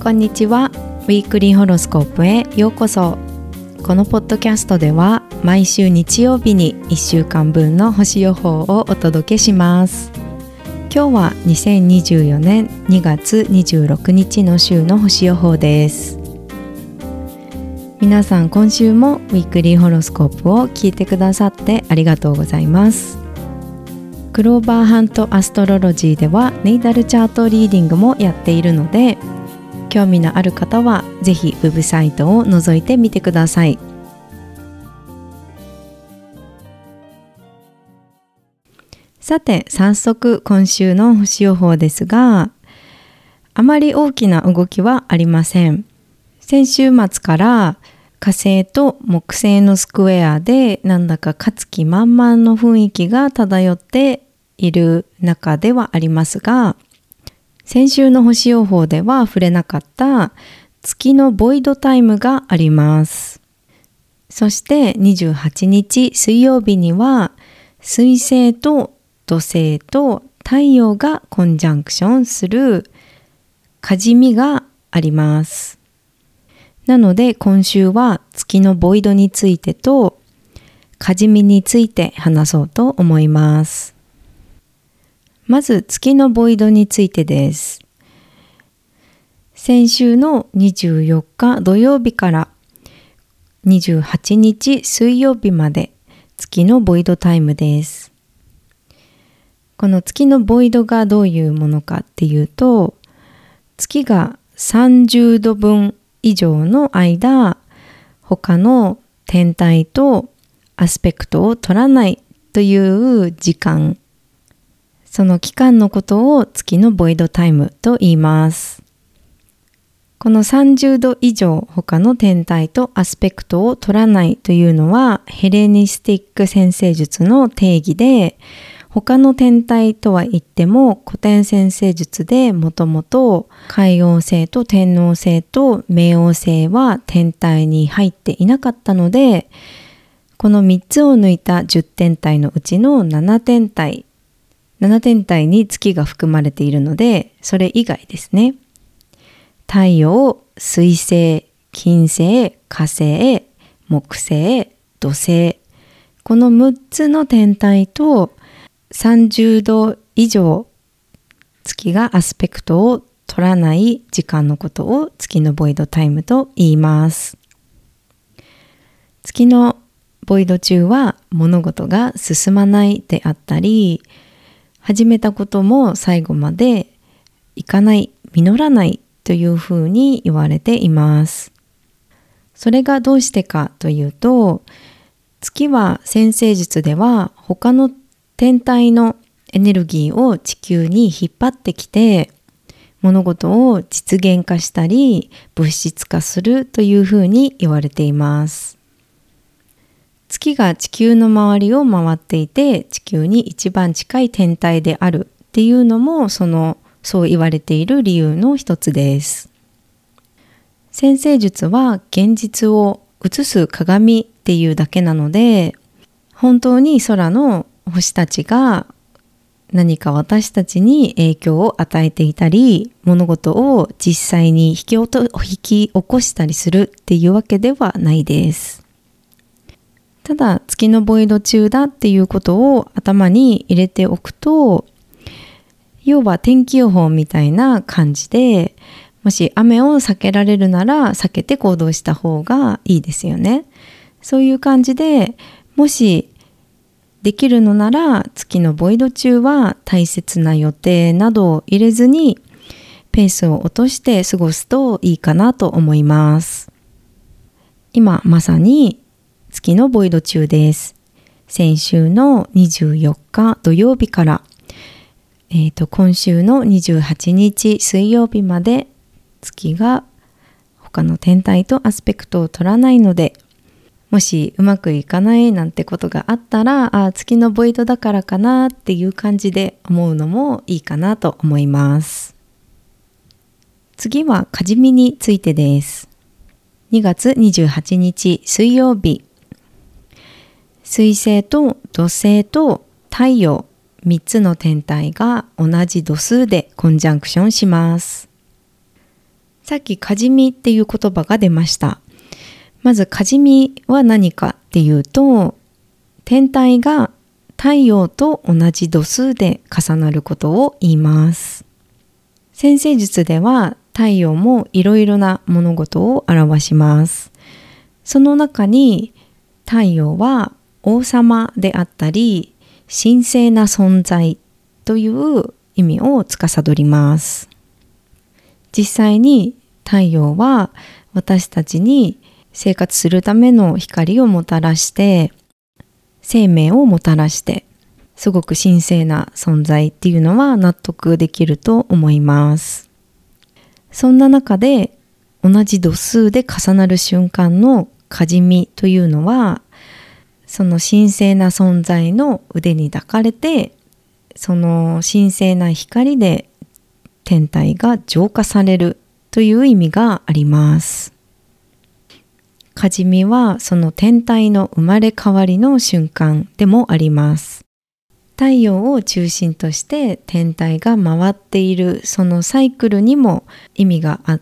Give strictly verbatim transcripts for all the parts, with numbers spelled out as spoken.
こんにちは。ウィークリーホロスコープへようこそ。このポッドキャストでは毎週日曜日にいっしゅうかんぶんの星予報をお届けします。今日はにせんにじゅうよねんにがつにじゅうろくにちの週の星予報です。皆さん、今週もウィークリーホロスコープを聞いてくださってありがとうございます。クローバーハントアストロロジーではネイタルチャートリーディングもやっているので、興味のある方はぜひウェブサイトを覗いてみてください。さて、早速今週の星予報ですが、あまり大きな動きはありません。先週末から火星と木星のスクエアでなんだか勝つ気満々の雰囲気が漂っている中ではありますが、先週の星予報では触れなかった月のボイドタイムがあります。そしてにじゅうはちにち水曜日には水星と土星と太陽がコンジャンクションする多みがあります。なので今週は月のボイドについてと多みについて話そうと思います。まず月のボイドについてです。先週のにじゅうよっか土曜日からにじゅうはちにち水曜日まで月のボイドタイムです。この月のボイドがどういうものかっていうと、月がさんじゅうどぶん以上の間、他の天体とアスペクトを取らないという時間、その期間のことを月のボイドタイムと言います。このさんじゅうど以上他の天体とアスペクトを取らないというのはヘレニスティック占星術の定義で、他の天体とは言っても古典占星術でもともと海王星と天王星と冥王星は天体に入っていなかったので、このみっつを抜いたじゅってんたいのうちのななてんたいななてんたいに月が含まれているので、それ以外ですね。太陽、水星、金星、火星、木星、土星、このむっつの天体とさんじゅうど以上月がアスペクトを取らない時間のことを月のボイドタイムと言います。月のボイド中は物事が進まないであったり、始めたことも最後までいかない、実らないというふうに言われています。それがどうしてかというと、月は占星術では他の天体のエネルギーを地球に引っ張ってきて、物事を実現化したり物質化するというふうに言われています。月が地球の周りを回っていて、地球に一番近い天体であるっていうのも、そのそう言われている理由の一つです。占星術は現実を映す鏡っていうだけなので、本当に空の星たちが何か私たちに影響を与えていたり、物事を実際に引きおと引き起こしたりするっていうわけではないです。ただ月のボイド中だっていうことを頭に入れておくと、要は天気予報みたいな感じで、もし雨を避けられるなら避けて行動した方がいいですよね。そういう感じで、もしできるのなら月のボイド中は大切な予定などを入れずにペースを落として過ごすといいかなと思います。今まさに月のボイド中です。先週のにじゅうよっか土曜日から、えーと、今週のにじゅうはちにち水曜日まで月が他の天体とアスペクトを取らないので、もしうまくいかないなんてことがあったら、あ、月のボイドだからかなっていう感じで思うのもいいかなと思います。次は多みについてです。にがつにじゅうはちにち水曜日、水星と土星と太陽みっつの天体が同じ度数でコンジャンクションします。 さっきかじみっていう言葉が出ました。まずかじみは何かっていうと、天体が太陽と同じ度数で重なることを言います。占星術では太陽もいろいろな物事を表します。その中に太陽は王様であったり神聖な存在という意味を司ります。実際に太陽は私たちに生活するための光をもたらして生命をもたらしてすごく神聖な存在っていうのは納得できると思います。そんな中で同じ度数で重なる瞬間のかじみというのはその神聖な存在の腕に抱かれてその神聖な光で天体が浄化されるという意味があります。かじみはその天体の生まれ変わりの瞬間でもあります。太陽を中心として天体が回っているそのサイクルにも意味があって、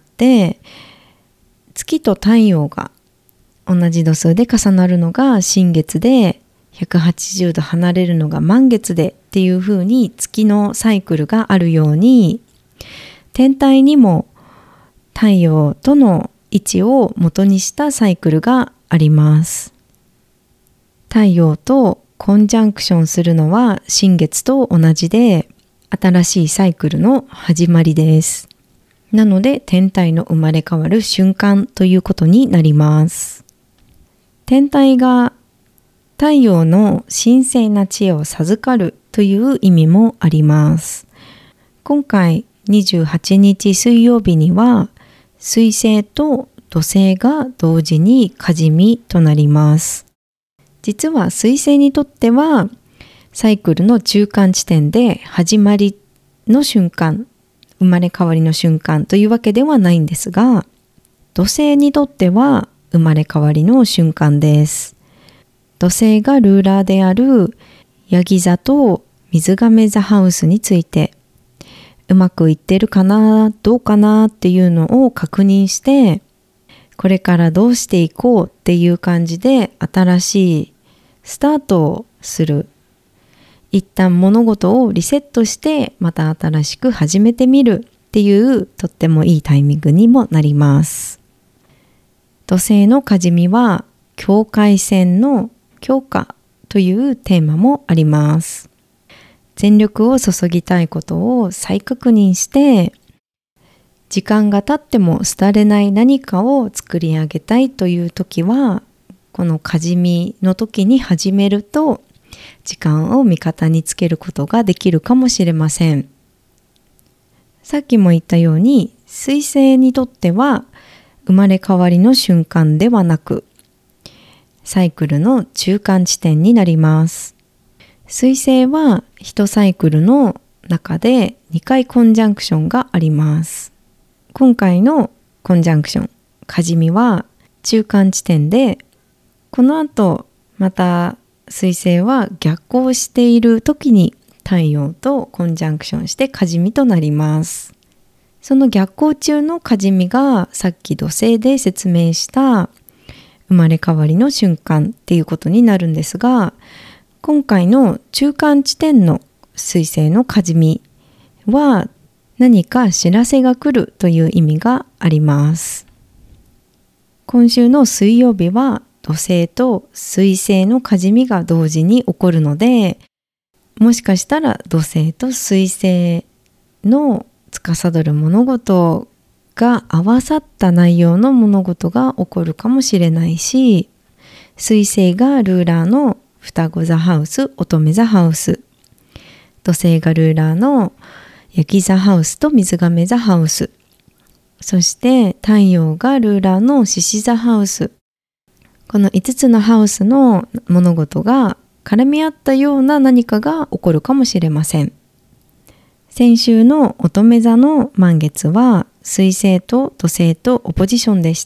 月と太陽が同じ度数で重なるのが新月でひゃくはちじゅうど離れるのが満月でっていう風に月のサイクルがあるように、天体にも太陽との位置を元にしたサイクルがあります。太陽とコンジャンクションするのは新月と同じで、新しいサイクルの始まりです。なので天体の生まれ変わる瞬間ということになります。天体が太陽の神聖な知恵を授かるという意味もあります。今回にじゅうはちにち水曜日には水星と土星が同時にかじみとなります。実は水星にとってはサイクルの中間地点で始まりの瞬間、生まれ変わりの瞬間というわけではないんですが、土星にとっては生まれ変わりの瞬間です。土星がルーラーであるヤギ座と水亀座ハウスについてうまくいってるかな、どうかなっていうのを確認して、これからどうしていこうっていう感じで新しいスタートをする。一旦物事をリセットしてまた新しく始めてみるっていうとってもいいタイミングにもなります。土星のかじみは境界線の強化というテーマもあります。全力を注ぎたいことを再確認して、時間が経っても廃れない何かを作り上げたいという時は、このかじみの時に始めると、時間を味方につけることができるかもしれません。さっきも言ったように、水星にとっては生まれ変わりの瞬間ではなく、サイクルの中間地点になります。水星は一サイクルの中でにかいコンジャンクションがあります。今回のコンジャンクション、かじみは中間地点で、この後また水星は逆行している時に太陽とコンジャンクションしてかじみとなります。その逆行中のかじみがさっき土星で説明した生まれ変わりの瞬間っていうことになるんですが、今回の中間地点の水星のかじみは何か知らせが来るという意味があります。今週の水曜日は土星と水星のかじみが同時に起こるので、もしかしたら土星と水星の司る物事が合わさった内容の物事が起こるかもしれないし、水星がルーラーの双子座ハウス、乙女座ハウス、土星がルーラーのヤギ座ハウスと水亀座ハウス、そして太陽がルーラーの獅子座ハウス、このいつつのハウスの物事が絡み合ったような何かが起こるかもしれません。先週の乙女座の満月は水星と土星とオポジションでした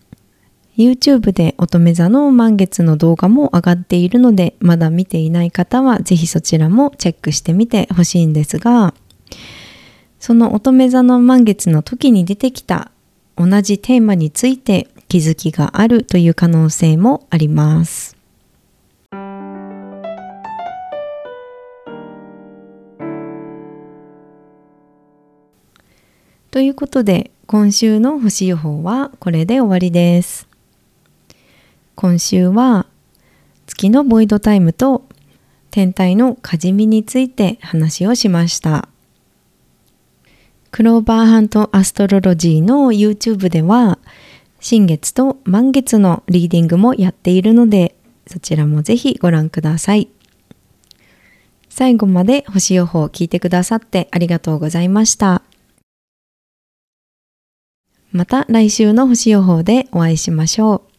。YouTube で乙女座の満月の動画も上がっているので、まだ見ていない方はぜひそちらもチェックしてみてほしいんですが、その乙女座の満月の時に出てきた同じテーマについて気づきがあるという可能性もあります。ということで、今週の星予報はこれで終わりです。今週は月のボイドタイムと天体のかじみについて話をしました。クローバーハントアストロロジーの YouTube では新月と満月のリーディングもやっているので、そちらもぜひご覧ください。最後まで星予報を聞いてくださってありがとうございました。また来週の星予報でお会いしましょう。